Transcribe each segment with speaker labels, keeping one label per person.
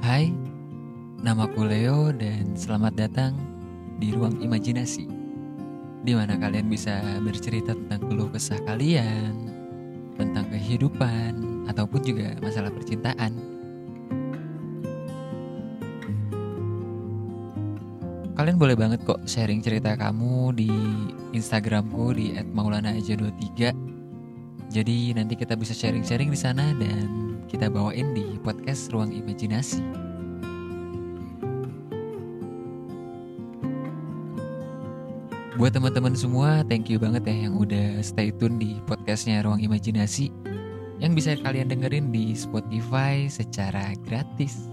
Speaker 1: Hai, namaku Leo dan selamat datang di Ruang Imajinasi, di mana kalian bisa bercerita tentang keluh kesah kalian, tentang kehidupan, ataupun juga masalah percintaan. Kalian boleh banget kok sharing cerita kamu di Instagramku di @maulana_aja23. Jadi nanti kita bisa sharing-sharing di sana dan kita bawain di podcast Ruang Imajinasi. Buat teman-teman semua, thank you banget ya yang udah stay tune di podcastnya Ruang Imajinasi, yang bisa kalian dengerin di Spotify secara gratis.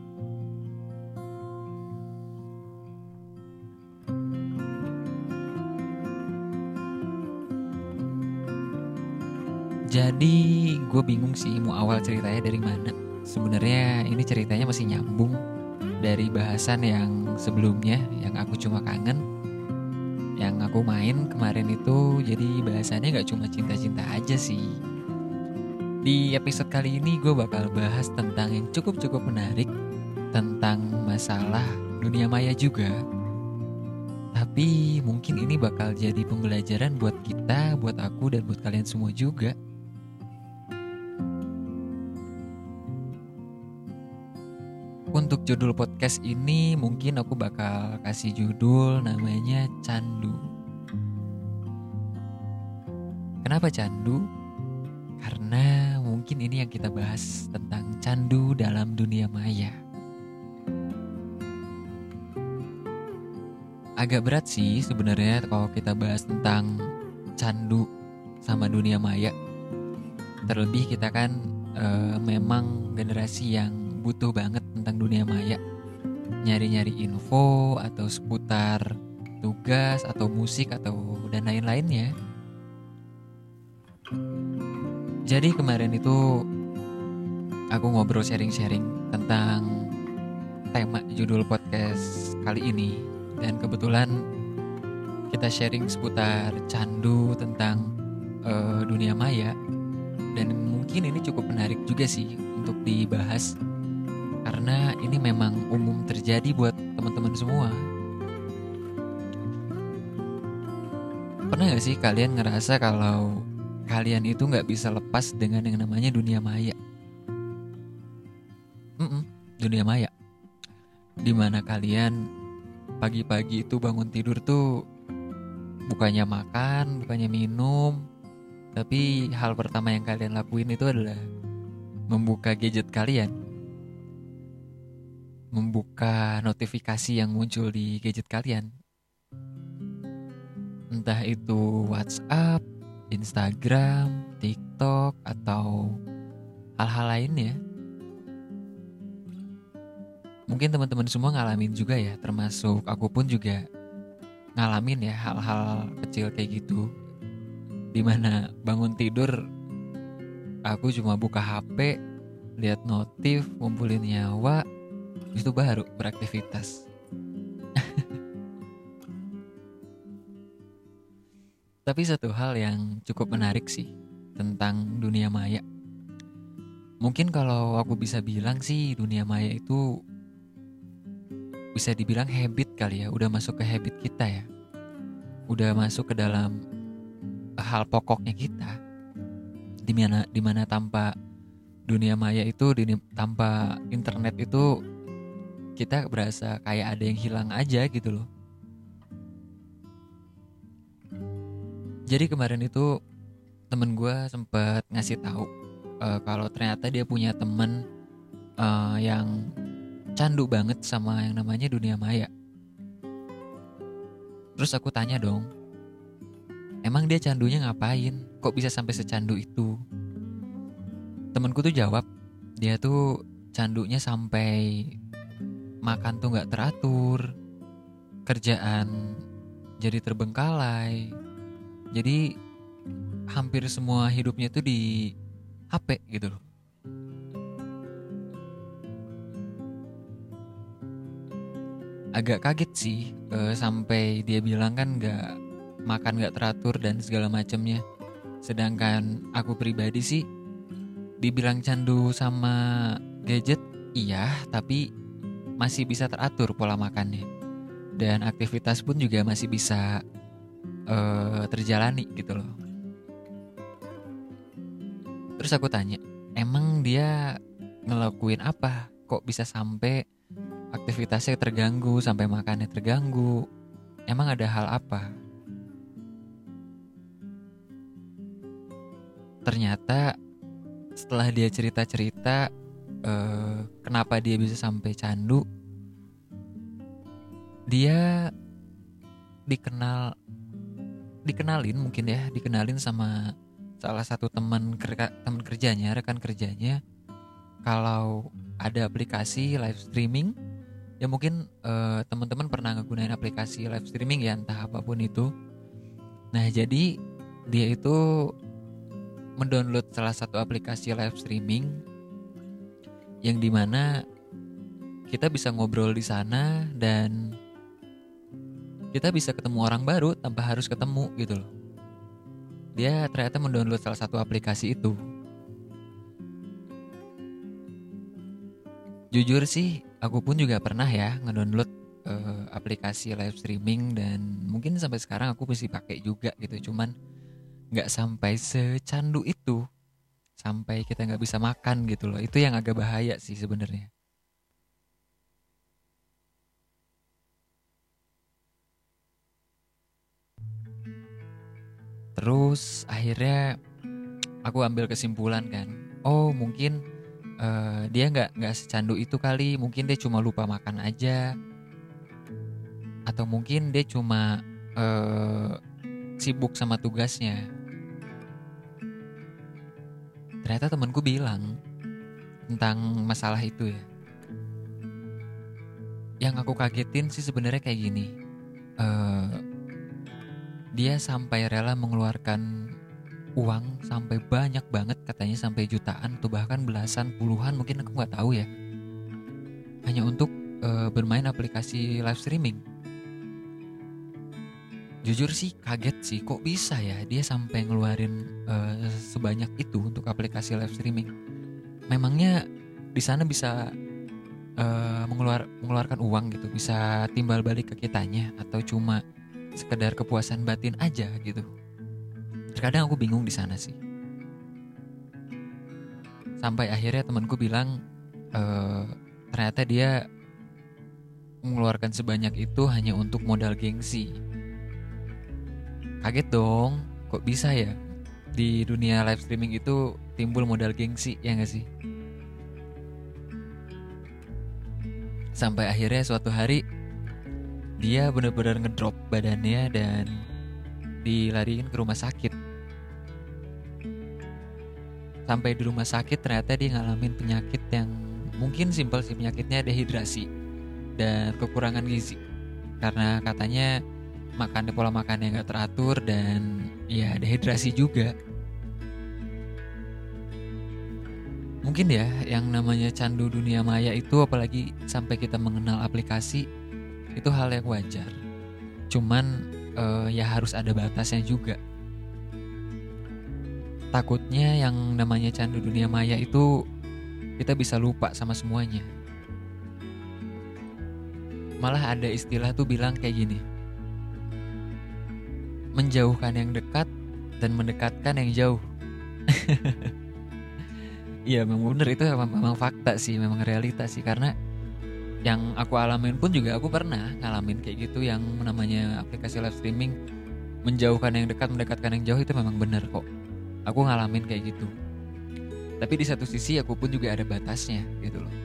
Speaker 1: Jadi gue bingung sih mau awal ceritanya dari mana. Sebenarnya ini ceritanya masih nyambung dari bahasan yang sebelumnya, yang aku cuma kangen, yang aku main kemarin itu. Jadi bahasannya gak cuma cinta-cinta aja sih. Di episode kali ini gue bakal bahas tentang yang cukup-cukup menarik, tentang masalah dunia maya juga. Tapi mungkin ini bakal jadi pembelajaran buat kita, buat aku, dan buat kalian semua juga. Untuk judul podcast ini mungkin aku bakal kasih judul namanya Candu. Kenapa candu? Karena mungkin ini yang kita bahas tentang candu dalam dunia maya. Agak berat sih sebenarnya kalau kita bahas tentang candu sama dunia maya. Terlebih kita kan memang generasi yang butuh banget tentang dunia maya, nyari-nyari info atau seputar tugas atau musik atau dan lain-lainnya. Jadi kemarin itu aku ngobrol sharing-sharing tentang tema judul podcast kali ini, dan kebetulan kita sharing seputar candu tentang dunia maya, dan mungkin ini cukup menarik juga sih untuk dibahas. Karena ini memang umum terjadi buat teman-teman semua. Pernah gak sih kalian ngerasa kalau kalian itu gak bisa lepas dengan yang namanya dunia maya? Dunia maya, dimana kalian pagi-pagi itu bangun tidur tuh bukannya makan, bukannya minum, tapi hal pertama yang kalian lakuin itu adalah membuka gadget kalian, membuka notifikasi yang muncul di gadget kalian. Entah itu WhatsApp, Instagram, TikTok, atau hal-hal lainnya. Mungkin teman-teman semua ngalamin juga ya, termasuk aku pun juga ngalamin ya hal-hal kecil kayak gitu. Dimana bangun tidur aku cuma buka HP, lihat notif, ngumpulin nyawa, itu baru beraktivitas. Tapi satu hal yang cukup menarik sih tentang dunia maya. Mungkin kalau aku bisa bilang sih, dunia maya itu bisa dibilang habit kali ya. Udah masuk ke habit kita ya. Udah masuk ke dalam hal pokoknya kita. Dimana tanpa dunia maya itu, tanpa internet itu, kita berasa kayak ada yang hilang aja gitu loh. Jadi kemarin itu temen gue sempat ngasih tahu kalau ternyata dia punya temen yang candu banget sama yang namanya dunia maya. Terus aku tanya dong, emang dia candunya ngapain? Kok bisa sampai secandu itu? Temenku tuh jawab, dia tuh candunya sampai makan tuh gak teratur, kerjaan jadi terbengkalai. Jadi hampir semua hidupnya tuh di HP gitu loh. Agak kaget sih sampai dia bilang kan gak makan gak teratur dan segala macemnya. Sedangkan aku pribadi sih dibilang candu sama gadget iya, tapi masih bisa teratur pola makannya. Dan aktivitas pun juga masih bisa terjalani gitu loh. Terus aku tanya, emang dia ngelakuin apa? Kok bisa sampai aktivitasnya terganggu, sampai makannya terganggu? Emang ada hal apa? Ternyata setelah dia cerita-cerita kenapa dia bisa sampai candu, dia dikenalin mungkin ya, dikenalin sama salah satu teman kerjanya, rekan kerjanya, kalau ada aplikasi live streaming. Ya mungkin teman-teman pernah ngegunain aplikasi live streaming ya, entah apapun itu. Nah jadi dia itu mendownload salah satu aplikasi live streaming yang dimana kita bisa ngobrol di sana dan kita bisa ketemu orang baru tanpa harus ketemu gitu loh. Dia ternyata mendownload salah satu aplikasi itu. Jujur sih, aku pun juga pernah ya ngedownload aplikasi live streaming dan mungkin sampai sekarang aku masih pakai juga gitu. Cuman nggak sampai secandu itu, sampai kita nggak bisa makan gitu loh. Itu yang agak bahaya sih sebenarnya. Terus akhirnya aku ambil kesimpulan kan, oh mungkin dia nggak secandu itu kali, mungkin dia cuma lupa makan aja, atau mungkin dia cuma sibuk sama tugasnya. Ternyata temanku bilang tentang masalah itu ya. Yang aku kagetin sih sebenarnya kayak gini, dia sampai rela mengeluarkan uang sampai banyak banget, katanya sampai jutaan atau bahkan belasan, puluhan mungkin, aku nggak tahu ya, hanya untuk bermain aplikasi live streaming. Jujur sih kaget sih, kok bisa ya dia sampai ngeluarin sebanyak itu untuk aplikasi live streaming. Memangnya di sana bisa mengeluarkan uang gitu, bisa timbal balik ke kitanya, atau cuma sekedar kepuasan batin aja gitu? Terkadang aku bingung di sana sih. Sampai akhirnya temanku bilang ternyata dia mengeluarkan sebanyak itu hanya untuk modal gengsi. Kaget dong, kok bisa ya di dunia live streaming itu timbul modal gengsi, ya gak sih? Sampai akhirnya suatu hari dia benar-benar ngedrop badannya dan dilariin ke rumah sakit. Sampai di rumah sakit ternyata dia ngalamin penyakit yang mungkin simpel sih, penyakitnya dehidrasi dan kekurangan gizi. Karena katanya pola makannya gak teratur dan ya dehidrasi juga. Mungkin ya yang namanya candu dunia maya itu, apalagi sampai kita mengenal aplikasi, itu hal yang wajar. Cuman ya harus ada batasnya juga. Takutnya yang namanya candu dunia maya itu kita bisa lupa sama semuanya. Malah ada istilah tuh bilang kayak gini, menjauhkan yang dekat dan mendekatkan yang jauh. Iya memang bener, itu memang fakta sih, memang realita sih. Karena yang aku alamin pun juga, aku pernah ngalamin kayak gitu. Yang namanya aplikasi live streaming, menjauhkan yang dekat, mendekatkan yang jauh, itu memang bener kok. Aku ngalamin kayak gitu. Tapi di satu sisi aku pun juga ada batasnya gitu loh.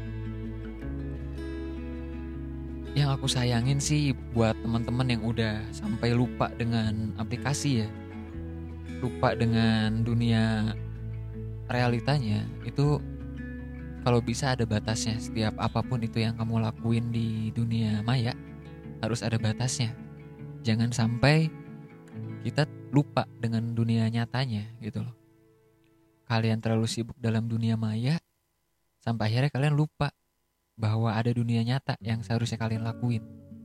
Speaker 1: Yang aku sayangin sih buat teman-teman yang udah sampai lupa dengan aplikasi ya, lupa dengan dunia realitanya, itu kalau bisa ada batasnya. Setiap apapun itu yang kamu lakuin di dunia maya harus ada batasnya. Jangan sampai kita lupa dengan dunia nyatanya gitu loh. Kalian terlalu sibuk dalam dunia maya sampai akhirnya kalian lupa bahwa ada dunia nyata yang seharusnya kalian lakuin.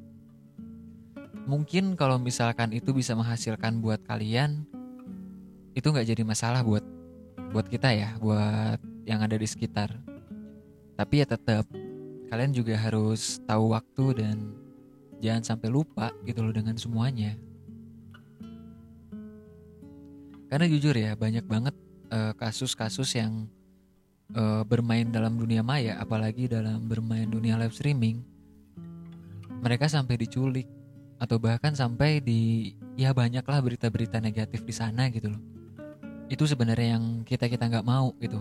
Speaker 1: Mungkin kalau misalkan itu bisa menghasilkan buat kalian, itu gak jadi masalah buat kita ya, buat yang ada di sekitar. Tapi ya tetap kalian juga harus tahu waktu dan jangan sampai lupa gitu loh dengan semuanya. Karena jujur ya banyak banget kasus-kasus yang bermain dalam dunia maya, apalagi dalam bermain dunia live streaming, mereka sampai diculik atau bahkan sampai ya banyaklah berita-berita negatif di sana gitu loh. Itu sebenarnya yang kita nggak mau gitu.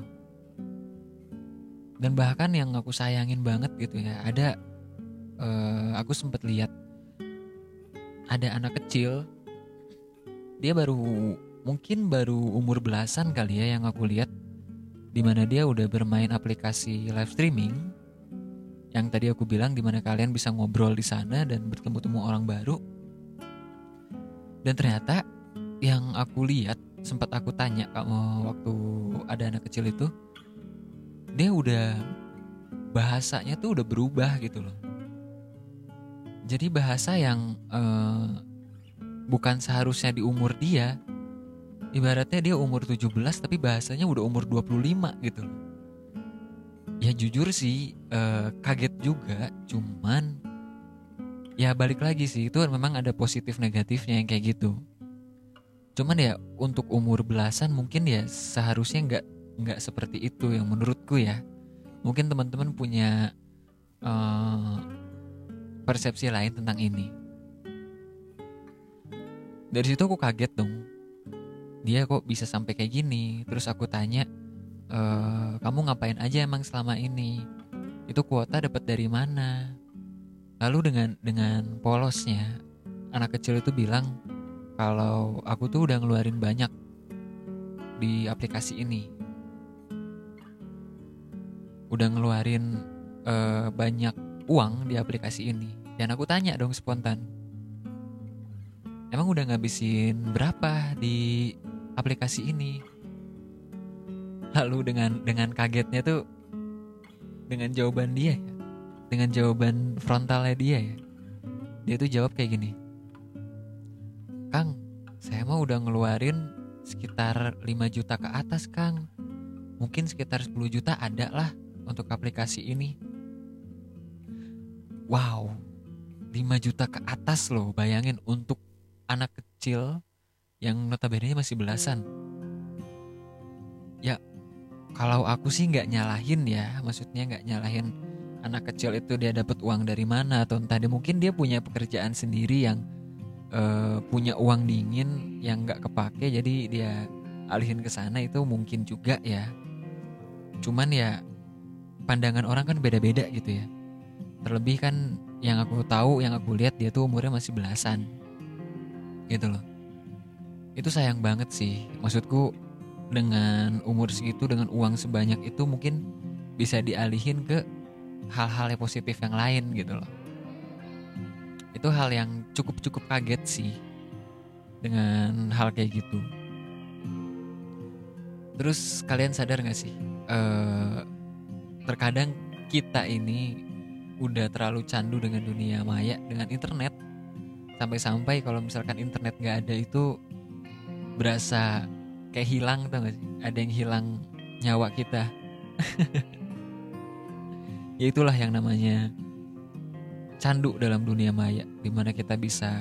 Speaker 1: Dan bahkan yang aku sayangin banget gitu ya, ada aku sempat lihat ada anak kecil, dia mungkin baru umur belasan kali ya yang aku lihat, dimana dia udah bermain aplikasi live streaming yang tadi aku bilang, dimana kalian bisa ngobrol di sana dan bertemu-temu orang baru. Dan ternyata yang aku lihat, sempat aku tanya waktu ada anak kecil itu, dia udah bahasanya tuh udah berubah gitu loh. Jadi bahasa yang bukan seharusnya di umur dia, ibaratnya dia umur 17 tapi bahasanya udah umur 25 gitu loh. Ya jujur sih kaget juga, cuman ya balik lagi sih, itu memang ada positif negatifnya yang kayak gitu. Cuman ya untuk umur belasan mungkin ya seharusnya nggak seperti itu yang menurutku ya. Mungkin teman-teman punya persepsi lain tentang ini. Dari situ aku kaget dong, dia kok bisa sampai kayak gini. Terus aku tanya, kamu ngapain aja emang selama ini? Itu kuota dapat dari mana? Lalu dengan polosnya anak kecil itu bilang kalau aku tuh udah ngeluarin banyak di aplikasi ini, udah ngeluarin banyak uang di aplikasi ini. Dan aku tanya dong spontan, emang udah ngabisin berapa di aplikasi ini? Lalu dengan kagetnya tuh, dengan jawaban dia ya, dengan jawaban frontalnya dia ya, dia tuh jawab kayak gini, Kang, saya mah udah ngeluarin sekitar 5 juta ke atas Kang. Mungkin sekitar 10 juta ada lah untuk aplikasi ini. Wow, 5 juta ke atas loh, bayangin, untuk anak kecil yang notabene masih belasan. Ya kalau aku sih nggak nyalahin ya, maksudnya nggak nyalahin anak kecil itu dia dapat uang dari mana, atau entah dia mungkin dia punya pekerjaan sendiri yang punya uang dingin yang nggak kepake, jadi dia alihin ke sana, itu mungkin juga ya. Cuman ya pandangan orang kan beda-beda gitu ya. Terlebih kan yang aku tahu, yang aku lihat, dia tuh umurnya masih belasan gitu loh. Itu sayang banget sih, maksudku dengan umur segitu, dengan uang sebanyak itu, mungkin bisa dialihin ke hal-hal yang positif yang lain gitu loh. Itu hal yang cukup kaget sih dengan hal kayak gitu. Terus kalian sadar gak sih, terkadang kita ini udah terlalu candu dengan dunia maya, dengan internet, sampai-sampai kalau misalkan internet gak ada itu berasa kayak hilang, tau gak sih? Ada yang hilang nyawa kita. Ya itulah yang namanya candu dalam dunia maya, dimana kita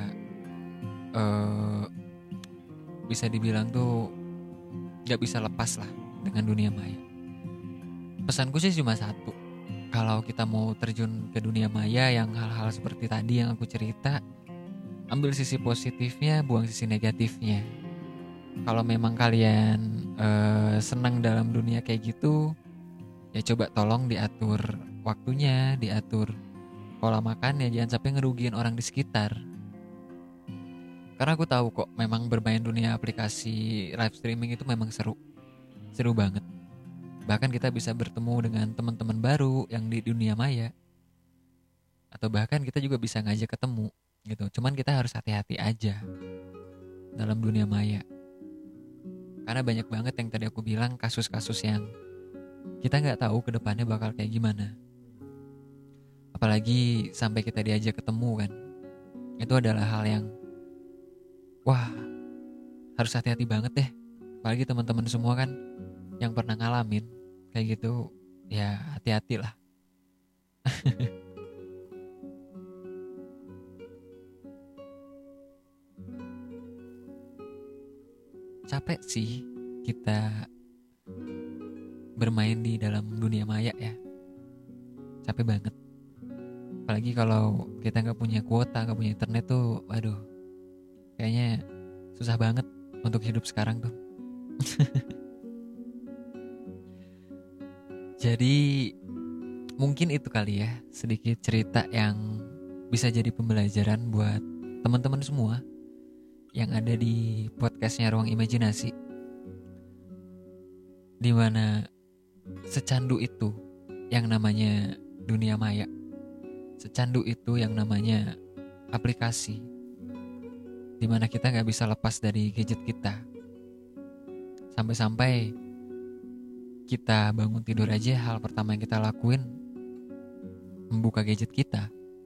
Speaker 1: bisa dibilang tuh gak bisa lepas lah dengan dunia maya. Pesanku sih cuma satu, kalau kita mau terjun ke dunia maya yang hal-hal seperti tadi yang aku cerita, ambil sisi positifnya, buang sisi negatifnya. Kalau memang kalian senang dalam dunia kayak gitu, ya coba tolong diatur waktunya, diatur pola makannya, jangan sampai ngerugiin orang di sekitar. Karena aku tahu kok, memang bermain dunia aplikasi live streaming itu memang seru banget. Bahkan kita bisa bertemu dengan teman-teman baru yang di dunia maya, atau bahkan kita juga bisa ngajak ketemu gitu. Cuman kita harus hati-hati aja dalam dunia maya, karena banyak banget yang tadi aku bilang, kasus-kasus yang kita nggak tahu ke depannya bakal kayak gimana. Apalagi sampai kita diajak ketemu kan, itu adalah hal yang wah, harus hati-hati banget deh. Apalagi teman-teman semua kan yang pernah ngalamin kayak gitu, ya hati-hati lah. Capek sih kita bermain di dalam dunia maya ya. Capek banget. Apalagi kalau kita nggak punya kuota, nggak punya internet tuh, waduh, kayaknya susah banget untuk hidup sekarang tuh. Jadi mungkin itu kali ya, sedikit cerita yang bisa jadi pembelajaran buat teman-teman semua yang ada di podcastnya Ruang Imajinasi, dimana secandu itu yang namanya dunia maya, secandu itu yang namanya aplikasi, dimana kita gak bisa lepas dari gadget kita. Sampai-sampai kita bangun tidur aja, hal pertama yang kita lakuin membuka gadget kita.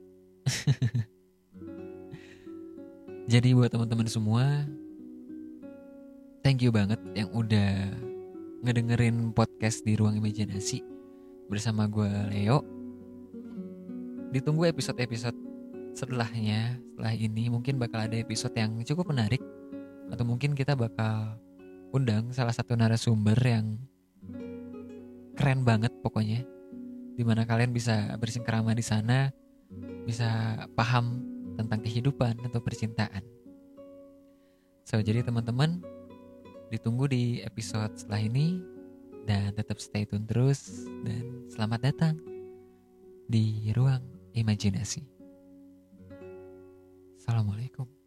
Speaker 1: Jadi buat teman-teman semua, thank you banget yang udah ngedengerin podcast di Ruang Imajinasi bersama gue Leo. Ditunggu episode-episode setelahnya. Setelah ini mungkin bakal ada episode yang cukup menarik, atau mungkin kita bakal undang salah satu narasumber yang keren banget pokoknya, dimana kalian bisa bersingkrama di sana, bisa paham tentang kehidupan atau percintaan. So, jadi teman-teman, ditunggu di episode setelah ini, dan tetap stay tune terus, dan selamat datang di Ruang Imajinasi. Assalamualaikum.